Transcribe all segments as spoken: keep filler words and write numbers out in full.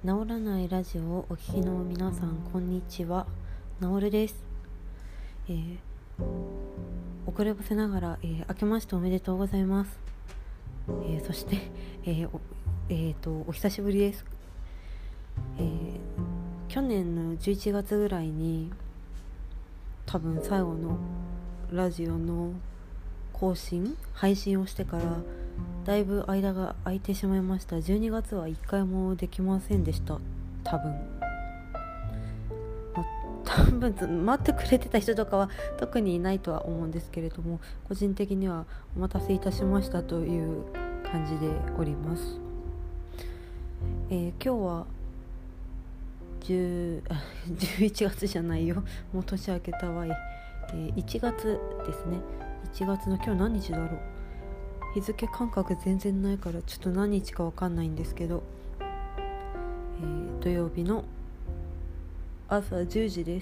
治らないラジオをお聞きの皆さん、こんにちは。なおるです。えー、遅ればせながら、えー、明けましておめでとうございます。えー、そして、えーおえー、とお久しぶりです。えー、去年のじゅういちがつぐらいに多分最後のラジオの更新配信をしてからだいぶ間が空いてしまいました。じゅうにがつはいっかいもできませんでした。多分、ま、多分待ってくれてた人とかは特にいないとは思うんですけれども、個人的にはお待たせいたしましたという感じでおります。えー、今日はじゅういちがつじゃないよ、もう年明けたわい、えー、いちがつですね。いちがつの今日何日だろう。日付感覚全然ないからちょっと何日か分かんないんですけど、えー、土曜日の朝じゅうじです。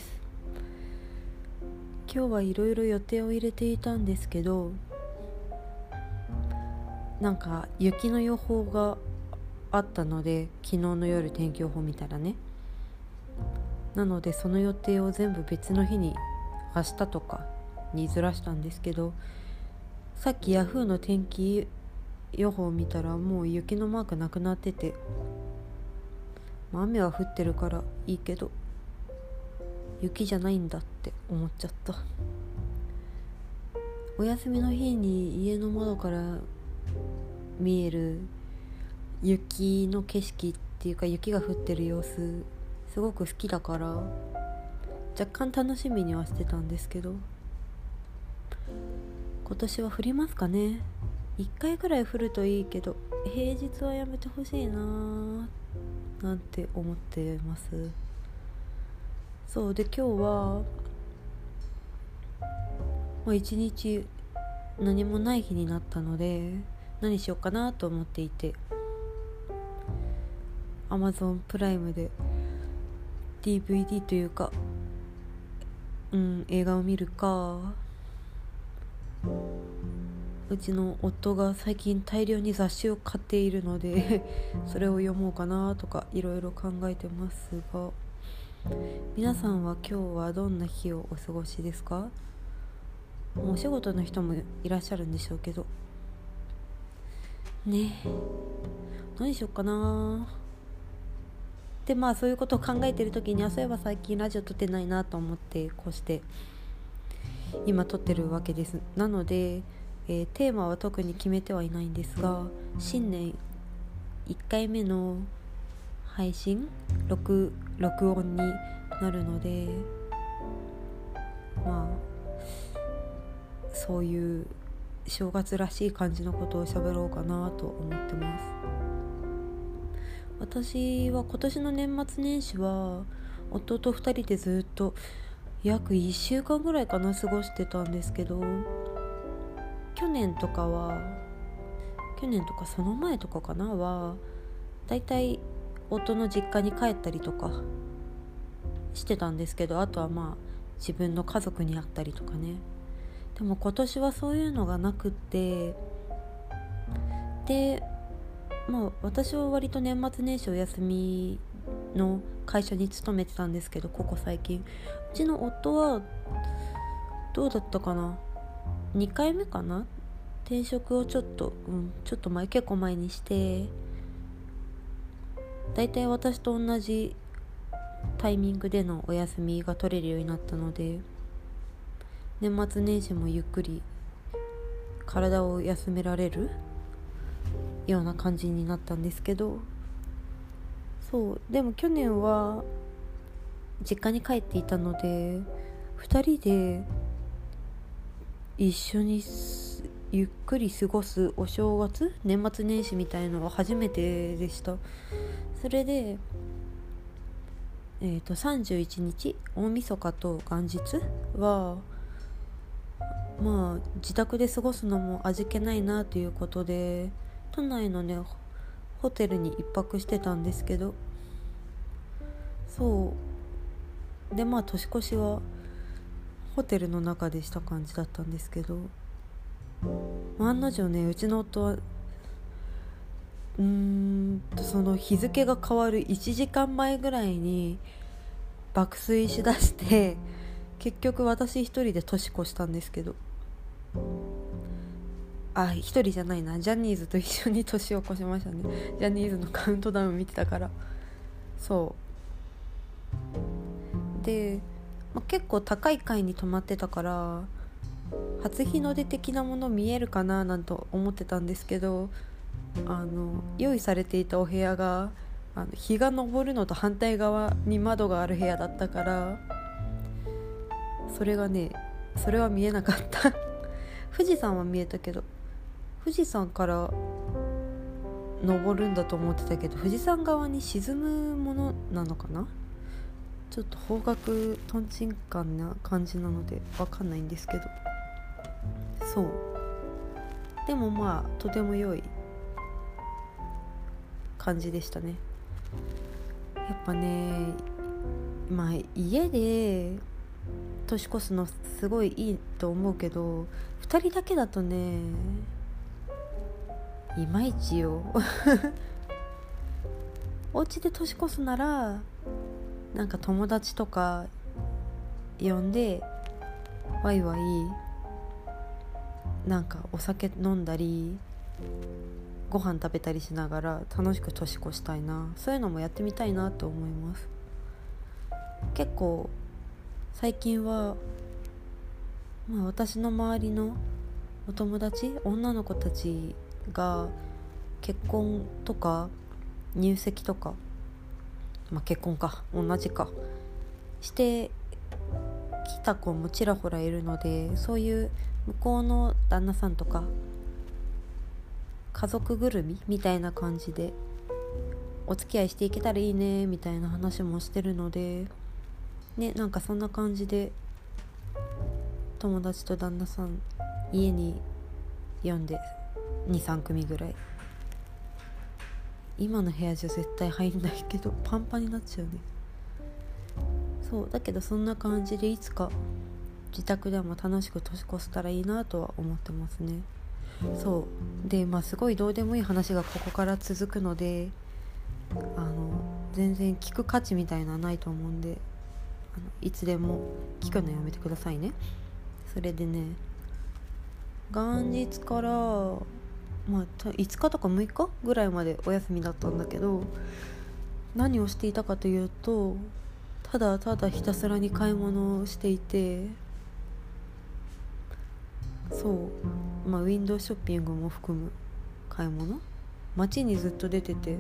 今日はいろいろ予定を入れていたんですけど、なんか雪の予報があったので、昨日の夜天気予報見たらね、なのでその予定を全部別の日に、明日とかにずらしたんですけど、さっきヤフーの天気予報を見たらもう雪のマークなくなってて、まあ、雨は降ってるからいいけど雪じゃないんだって思っちゃった。お休みの日に家の窓から見える雪の景色っていうか、雪が降ってる様子すごく好きだから若干楽しみにはしてたんですけど、今年は降りますかね。いっかいぐらい降るといいけど、平日はやめてほしいななんて思ってます。そうで、今日はまあ一日何もない日になったので、何しようかなと思っていて、 Amazon プライムで ディーブイディー というか、うん映画を見るか、うちの夫が最近大量に雑誌を買っているのでそれを読もうかなとかいろいろ考えてますが、皆さんは今日はどんな日をお過ごしですか？もうお仕事の人もいらっしゃるんでしょうけどね。何しようかなで、まあそういうことを考えてる時に、あ、そういえば最近ラジオ撮ってないなと思って、こうして今撮ってるわけです。なので、えー、テーマは特に決めてはいないんですが、新年いっかいめの配信 録, 録音になるので、まあそういう正月らしい感じのことを喋ろうかなと思ってます。私は今年の年末年始は夫とふたりでずっと約いっしゅうかんぐらいかな過ごしてたんですけど、去年とかは去年とかその前とかかなはだいたい夫の実家に帰ったりとかしてたんですけど、あとはまあ自分の家族に会ったりとかね。でも今年はそういうのがなくって、でまあ私は割と年末年始お休みの会社に勤めてたんですけど、ここ最近うちの夫はどうだったかな、にかいめかな、転職をちょっと、うん、ちょっと前結構前にして、だいたい私と同じタイミングでのお休みが取れるようになったので、年末年始もゆっくり体を休められるような感じになったんですけど、そうでも去年は実家に帰っていたので、ふたりで一緒にゆっくり過ごすお正月、年末年始みたいのは初めてでした。それで、えー、とさんじゅういちにち大晦日と元日はまあ自宅で過ごすのも味気ないなということで、都内のねホテルに一泊してたんですけど、そうでまあ年越しはホテルの中でした感じだったんですけど、案の定ね、うちの夫はうーんとその日付が変わるいちじかんまえぐらいに爆睡しだして結局私一人で年越したんですけど、あ一人じゃないな、ジャニーズと一緒に年を越しましたね。ジャニーズのカウントダウン見てたから。そうで、まあ、結構高い階に泊まってたから初日の出的なもの見えるかななんて思ってたんですけど、あの用意されていたお部屋があの日が昇るのと反対側に窓がある部屋だったから、それがねそれは見えなかった富士山は見えたけど、富士山から登るんだと思ってたけど富士山側に沈むものなのかな。ちょっと方角とんちんかんな感じなので分かんないんですけど、そうでもまあとても良い感じでしたね。やっぱね、まあ家で年越すのすごいいいと思うけどふたりだけだとねいまいちよお家で年越すならなんか友達とか呼んでワイワイなんかお酒飲んだりご飯食べたりしながら楽しく年越したいな、そういうのもやってみたいなと思います。結構最近は、まあ、私の周りのお友達女の子たちが結婚とか入籍とか、まあ、結婚か同じかしてきた子もちらほらいるので、そういう向こうの旦那さんとか家族ぐるみみたいな感じでお付き合いしていけたらいいねみたいな話もしてるのでね、なんかそんな感じで友達と旦那さん家に呼んで に,さん 組ぐらい、今の部屋じゃ絶対入んないけどパンパンになっちゃうね。そうだけどそんな感じでいつか自宅でも楽しく年越せたらいいなとは思ってますね。そうで、まあすごいどうでもいい話がここから続くので、あの全然聞く価値みたいなのはないと思うんで、あのいつでも聞くのやめてくださいね。それでね、元日からまあいつかとかむいかぐらいまでお休みだったんだけど、何をしていたかというとただただひたすらに買い物をしていて、そうまあウィンドウショッピングも含む買い物、街にずっと出てて、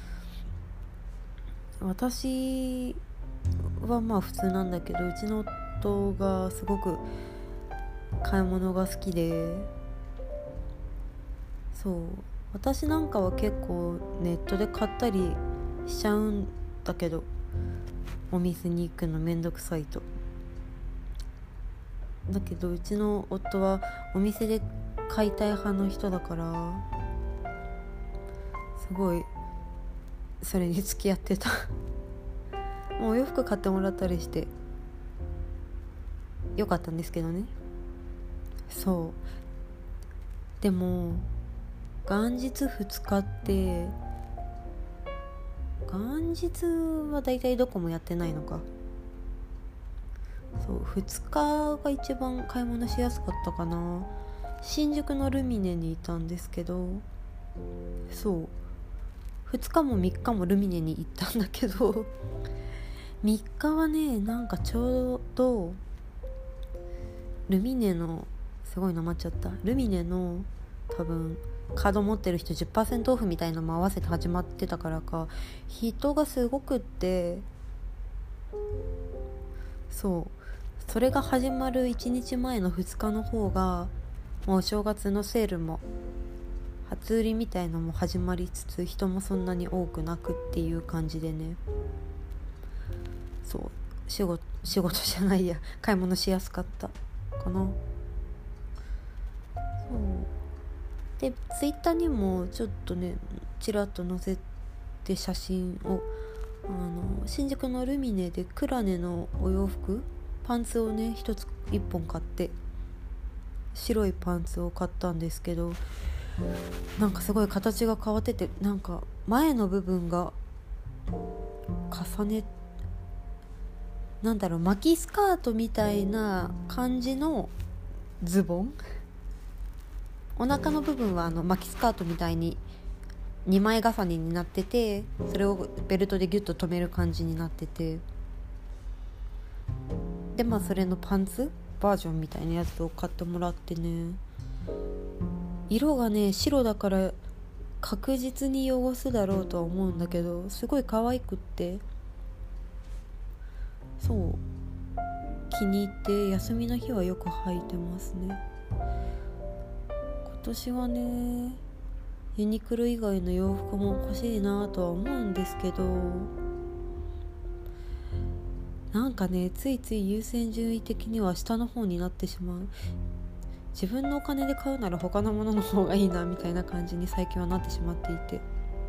私はまあ普通なんだけどうちの夫がすごく買い物が好きで、そう私なんかは結構ネットで買ったりしちゃうんだけどお店に行くのめんどくさいと。だけどうちの夫はお店で買いたい派の人だからすごいそれに付き合ってたもうお洋服買ってもらったりしてよかったんですけどね。そうでも元日ふつかって元日はだいたいどこもやってないのか。そうふつかが一番買い物しやすかったかな。新宿のルミネにいたんですけど、そうふつかもみっかもルミネに行ったんだけどみっかはねなんかちょうどルミネのすごいなまっちゃったルミネの多分カード持ってる人 じゅっパーセント オフみたいなのも合わせて始まってたからか人がすごくって、そうそれが始まるいちにちまえのふつかの方がもうお正月のセールも初売りみたいのも始まりつつ人もそんなに多くなくっていう感じでね、そう仕事仕事じゃないや買い物しやすかったかな。そうでツイッターにもちょっとねちらっと載せて写真をあの新宿のルミネでクラネのお洋服パンツをね一つ一本買って白いパンツを買ったんですけど、 なんかすごい形が変わってて、なんか前の部分が重ねなんだろう巻きスカートみたいな感じのズボン、お腹の部分はあの巻きスカートみたいににまい重ねになってて、それをベルトでギュッと留める感じになってて、でまあそれのパンツバージョンみたいなやつを買ってもらってね、色がね白だから確実に汚すだろうとは思うんだけど、すごい可愛くって、そう気に入って休みの日はよく履いてますね。今年はねユニクロ以外の洋服も欲しいなとは思うんですけど、なんかねついつい優先順位的には下の方になってしまう。自分のお金で買うなら他のものの方がいいなみたいな感じに最近はなってしまっていて、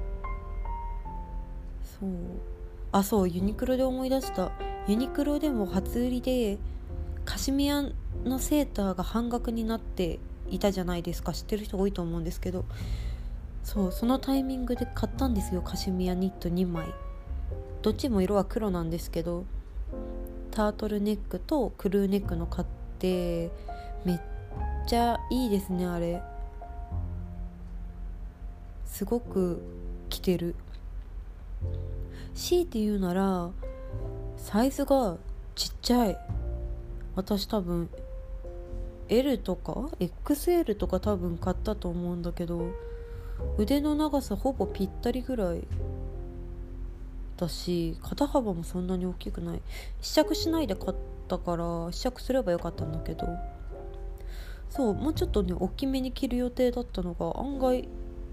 そうあそうユニクロで思い出した。ユニクロでも初売りでカシミヤのセーターが半額になっていたじゃないですか。知ってる人多いと思うんですけど、そうそのタイミングで買ったんですよ。カシミヤニットにまい、どっちも色は黒なんですけど、タートルネックとクルーネックの買って、めっちゃいいですね。あれすごく着てる。強いて言うならサイズがちっちゃい。私多分 エル とか エックスエル とか多分買ったと思うんだけど、腕の長さほぼぴったりぐらいだし、肩幅もそんなに大きくない。試着しないで買ったから試着すればよかったんだけど、そうもうちょっとね大きめに着る予定だったのが案外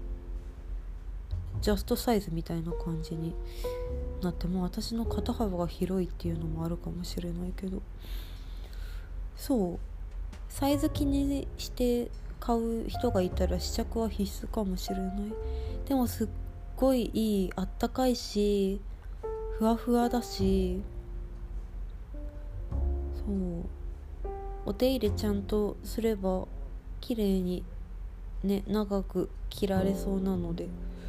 ジャストサイズみたいな感じになって、もう私の肩幅が広いっていうのもあるかもしれないけど、そうサイズ気にして買う人がいたら試着は必須かもしれない。でもすっごいいい、あったかいしふわふわだし、そうお手入れちゃんとすれば綺麗にね長く着られそうなので、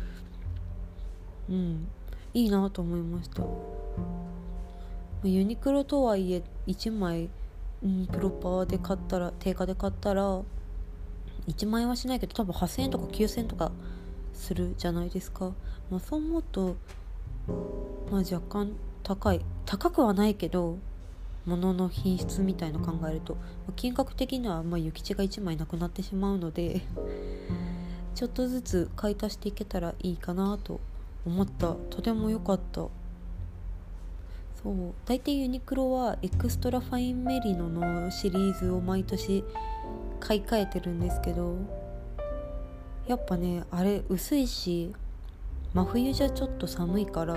うんいいなと思いました。ユニクロとはいえいちまい、うん、プロパーで買ったら定価で買ったらいちまん円はしないけど多分はっせんえんとかきゅうせんえんとかするじゃないですか。まあ、そう思うと、まあ、若干高い高くはないけど物の品質みたいの考えると、まあ、金額的にはまあ諭吉がいちまいなくなってしまうのでちょっとずつ買い足していけたらいいかなと思った。とても良かった。そう大体ユニクロはエクストラファインメリノのシリーズを毎年買い替えてるんですけど、やっぱねあれ薄いし真冬じゃちょっと寒いから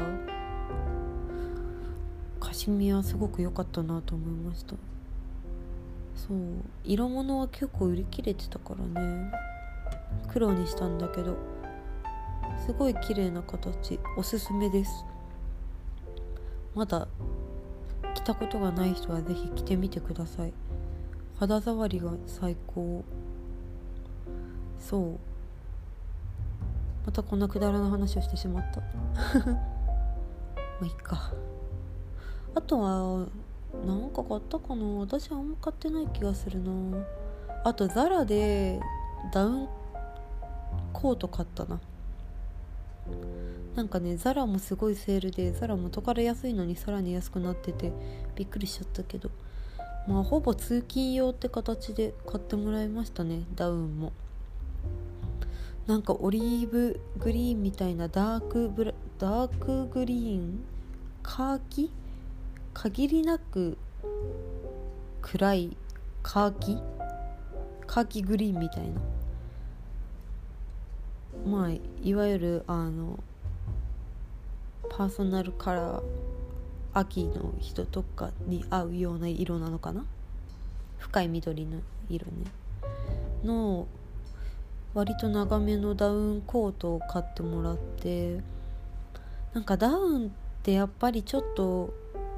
カシミヤすごく良かったなと思いました。そう色物は結構売り切れてたからね黒にしたんだけど、すごい綺麗な形、おすすめです。まだ着たことがない人はぜひ着てみてください。肌触りが最高。そうまたこんなくだらな話をしてしまったまあいいか。あとはなんか買ったかな。私あんま買ってない気がするな。あとザラでダウンコート買ったな。なんかねザラもすごいセールで、ザラ元から安いのにさらに安くなっててびっくりしちゃったけど、まあほぼ通勤用って形で買ってもらいましたね。ダウンもなんかオリーブグリーンみたいなダークブラダークグリーンカーキ限りなく暗いカーキカーキグリーンみたいな、まあいわゆるあのパーソナルカラー秋の人とかに合うような色なのかな。深い緑の色ねの割と長めのダウンコートを買ってもらって、なんかダウンってやっぱりちょっと、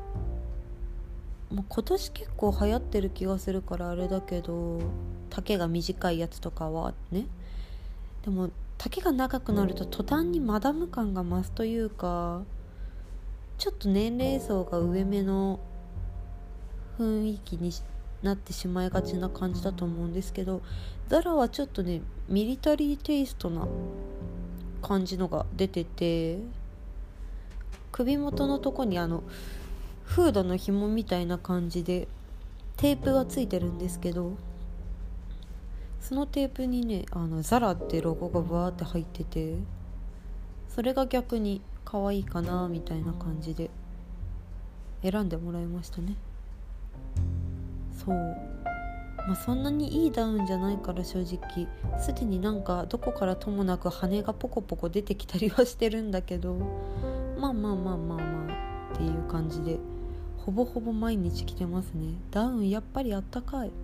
まあ、今年結構流行ってる気がするからあれだけど丈が短いやつとかはねでも丈が長くなると途端にマダム感が増すというか、ちょっと年齢層が上目の雰囲気になってしまいがちな感じだと思うんですけど、ザラはちょっとねミリタリーテイストな感じのが出てて、首元のとこにあのフードの紐みたいな感じでテープがついてるんですけど、そのテープにねあのザラってロゴがバーって入ってて、それが逆に可愛いかなみたいな感じで選んでもらいましたね。そう、まあ、そんなにいいダウンじゃないから正直すでになんかどこからともなく羽がポコポコ出てきたりはしてるんだけど、まあまあまあまあまあっていう感じでほぼほぼ毎日着てますね。ダウンやっぱりあったかい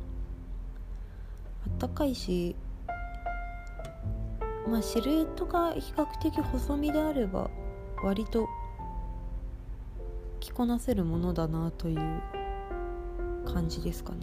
あったかいし、まあシルエットが比較的細身であれば割と着こなせるものだなという感じですかね。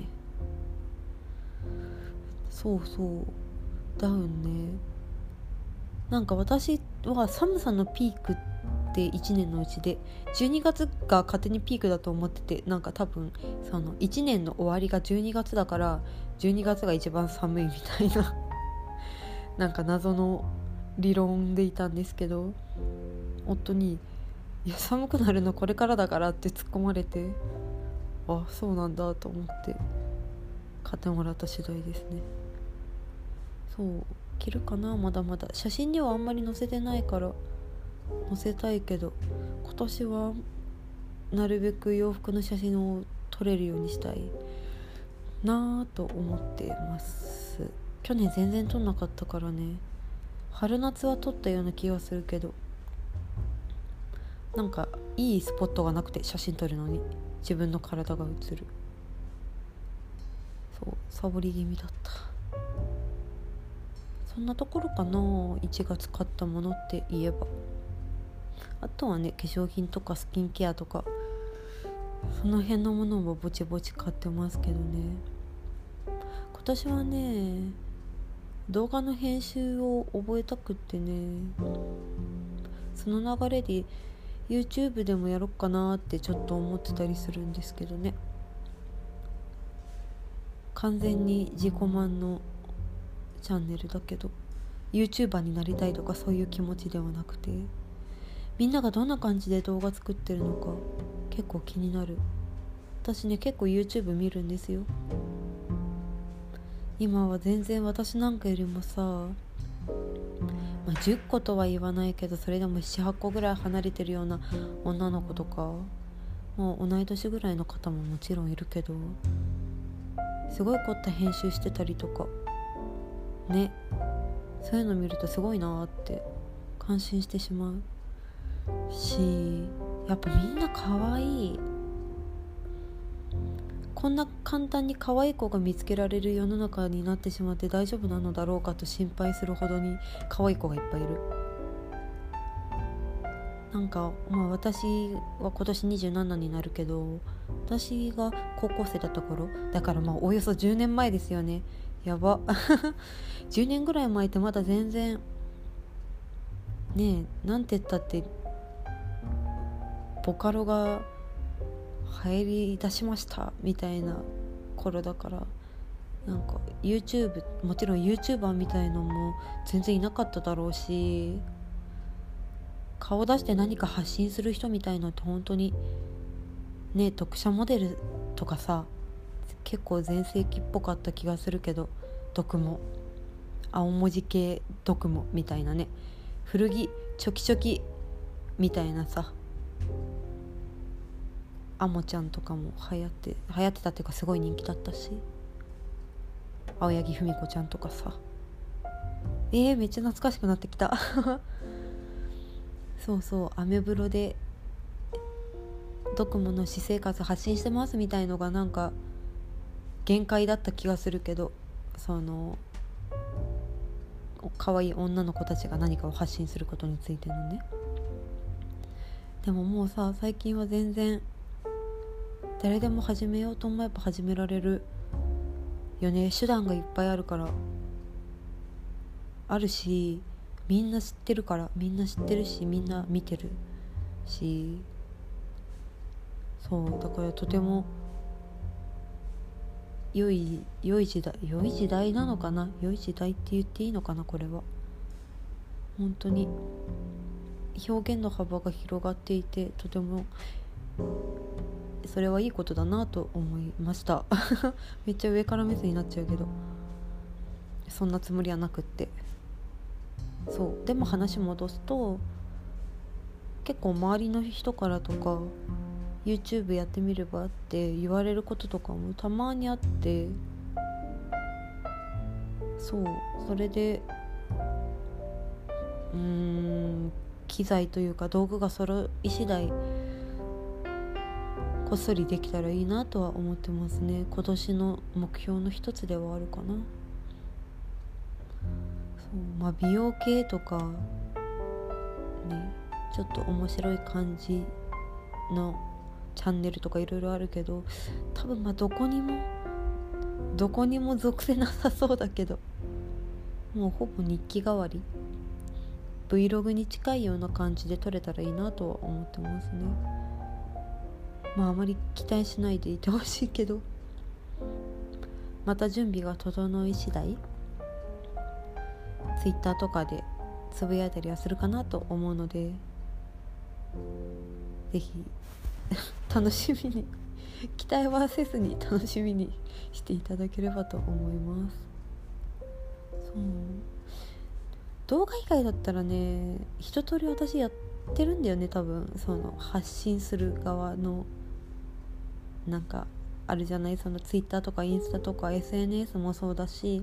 そうそう、ダウンね、なんか私は寒さのピークっていちねんのうちでじゅうにがつが勝手にピークだと思ってて、なんか多分そのいちねんの終わりがじゅうにがつだからじゅうにがつが一番寒いみたいななんか謎の理論でいたんですけど、夫にいや寒くなるのこれからだからって突っ込まれて、あそうなんだと思って買ってもらった次第ですね。そう着るかな、まだまだ写真にはあんまり載せてないから載せたいけど、今年はなるべく洋服の写真を撮れるようにしたいなぁと思ってます。去年全然撮んなかったからね、春夏は撮ったような気がするけど、なんかいいスポットがなくて写真撮るのに自分の体が映る、そうサボり気味だった。そんなところかないちがつ買ったものって言えば、あとはね化粧品とかスキンケアとかその辺のものもぼちぼち買ってますけどね。今年はね動画の編集を覚えたくってね、その流れで YouTube でもやろっかなってちょっと思ってたりするんですけどね。完全に自己満のチャンネルだけど YouTuber になりたいとかそういう気持ちではなくて、みんながどんな感じで動画作ってるのか結構気になる。私ね結構 YouTube 見るんですよ。今は全然私なんかよりもさ、まあ、じゅっことは言わないけどそれでも ななはちこぐらい離れてるような女の子とか、もう同い年ぐらいの方ももちろんいるけど、すごい凝った編集してたりとかね、そういうの見るとすごいなって感心してしまうし、やっぱみんな可愛い。こんな簡単に可愛い子が見つけられる世の中になってしまって大丈夫なのだろうかと心配するほどに可愛い子がいっぱいいる。なんか、まあ、私は今年にじゅうななになるけど、私が高校生だった頃だから、まあおよそじゅうねんまえですよね。やばじゅうねんぐらい前ってまだ全然ねえ、なんて言ったってボカロが流行り出しましたみたいな頃だから、なんか YouTube もちろん YouTuber みたいのも全然いなかっただろうし、顔出して何か発信する人みたいのって本当にね、読者モデルとかさ結構全盛期っぽかった気がするけど、読モ青文字系読モみたいなね、古着チョキチョキみたいなさ、アモちゃんとかも流行って流行ってたっていうかすごい人気だったし、青柳文子ちゃんとかさ、えー、めっちゃ懐かしくなってきたそうそう、アメブロでドクモの私生活発信してますみたいのがなんか限界だった気がするけど、その可愛い女の子たちが何かを発信することについてのね。でももうさ最近は全然誰でも始めようと思えば始められるよね。手段がいっぱいあるからあるし、みんな知ってるからみんな知ってるしみんな見てるし、そうだからとても良い良い時代良い時代なのかな、良い時代って言っていいのかな、これは本当に表現の幅が広がっていて、とてもそれはいいことだなと思いましためっちゃ上から目線になっちゃうけど、そんなつもりはなくって。そうでも話戻すと、結構周りの人からとか YouTube やってみればって言われることとかもたまにあって、そうそれでうーん機材というか道具が揃い次第こっそりできたらいいなとは思ってますね。今年の目標の一つではあるかな。そう、まあ、美容系とかね、ちょっと面白い感じのチャンネルとかいろいろあるけど、多分まあどこにもどこにも属せなさそうだけど、もうほぼ日記代わり Vlog に近いような感じで撮れたらいいなとは思ってますね。まああまり期待しないでいてほしいけど、また準備が整い次第 Twitter とかでつぶやいたりはするかなと思うので、ぜひ楽しみに期待はせずに楽しみにしていただければと思います。そう動画以外だったらね、一通り私やってるんだよね。多分その発信する側のなんかあるじゃない、そのツイッターとかインスタとか エスエヌエス もそうだし、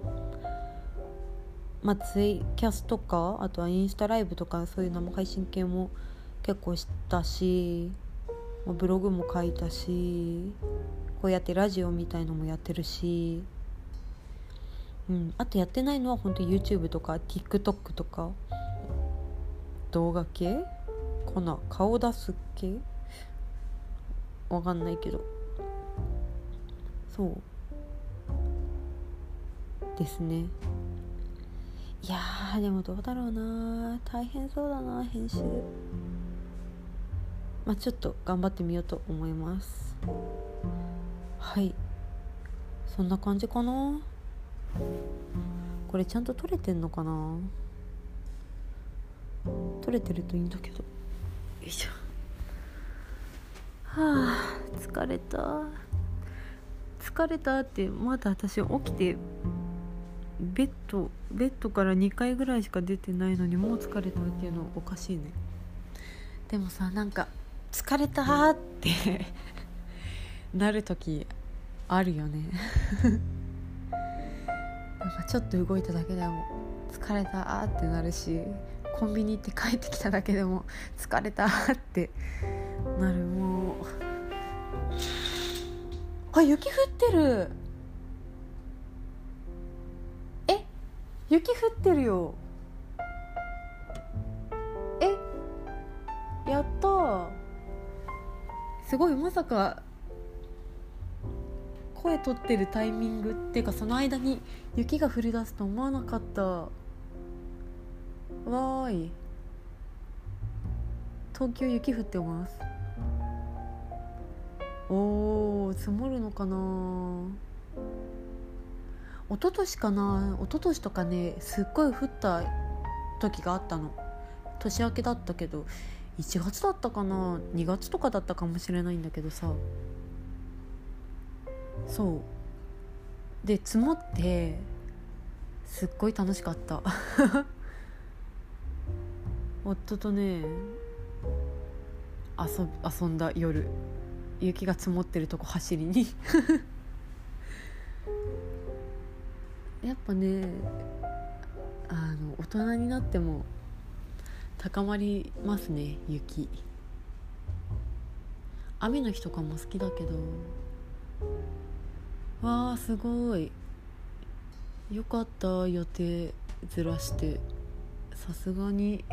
まあツイキャスとか、あとはインスタライブとかそういう生配信系も結構したし、まあ、ブログも書いたし、こうやってラジオみたいのもやってるし、うん、あとやってないのは本当 YouTube とか TikTok とか動画系かな、顔出す系わかんないけど、そうですね。いやーでもどうだろうな、大変そうだな編集。まあちょっと頑張ってみようと思います。はい、そんな感じかな。これちゃんと撮れてんのかな、撮れてるといいんだけど。よいしょ。はあ疲れた疲れたってまだ私起きてベッドベッドからにかいぐらいしか出てないのにもう疲れたっていうのおかしいね。でもさ、なんか疲れたってなる時あるよねなんかちょっと動いただけでも疲れたってなるし、コンビニ行って帰ってきただけでも疲れたってなる。もうあ、雪降ってる。え、雪降ってるよ。え、やったー。すごい、まさか声取ってるタイミングっていうかその間に雪が降り出すと思わなかった。わーい、東京雪降ってます。おー、積もるのかな。一昨年かな、一昨年とかね、すっごい降った時があったの。年明けだったけどいちがつだったかな、にがつとかだったかもしれないんだけどさ、そうで積もってすっごい楽しかった夫とね遊, 遊んだ夜、雪が積もってるとこ走りにやっぱね、あの大人になっても高まりますね、雪。雨の日とかも好きだけど、わーすごいよかった。予定ずらして、さすがに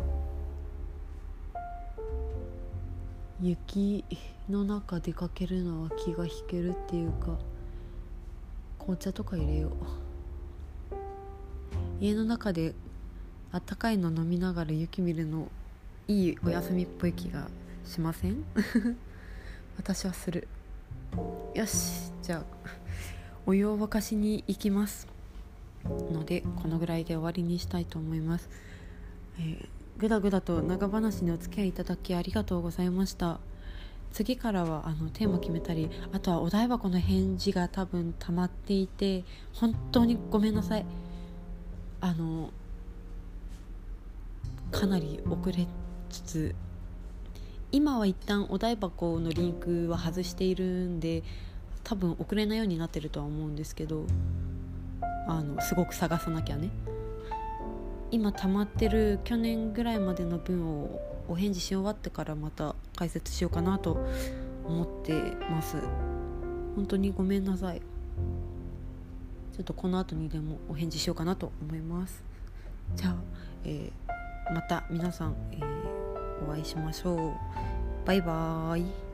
雪の中出かけるのは気が引けるっていうか、紅茶とか入れよう。 家の中であったかいの飲みながら雪見るのいいお休みっぽい気がしません？私はする。よし、じゃあお湯を沸かしに行きますので、このぐらいで終わりにしたいと思います。えー、ぐだぐだと長話にお付き合いいただきありがとうございました。次からはあのテーマ決めたり、あとはお台箱の返事が多分溜まっていて本当にごめんなさい。あのかなり遅れつつ、今は一旦お台箱のリンクは外しているんで多分送れないようになってるとは思うんですけど、あのすごく探さなきゃね。今溜まってる去年ぐらいまでの分をお返事し終わってからまた解説しようかなと思ってます。本当にごめんなさい。ちょっとこの後にでもお返事しようかなと思います。じゃあ、えー、また皆さん、えー、お会いしましょう。バイバーイ。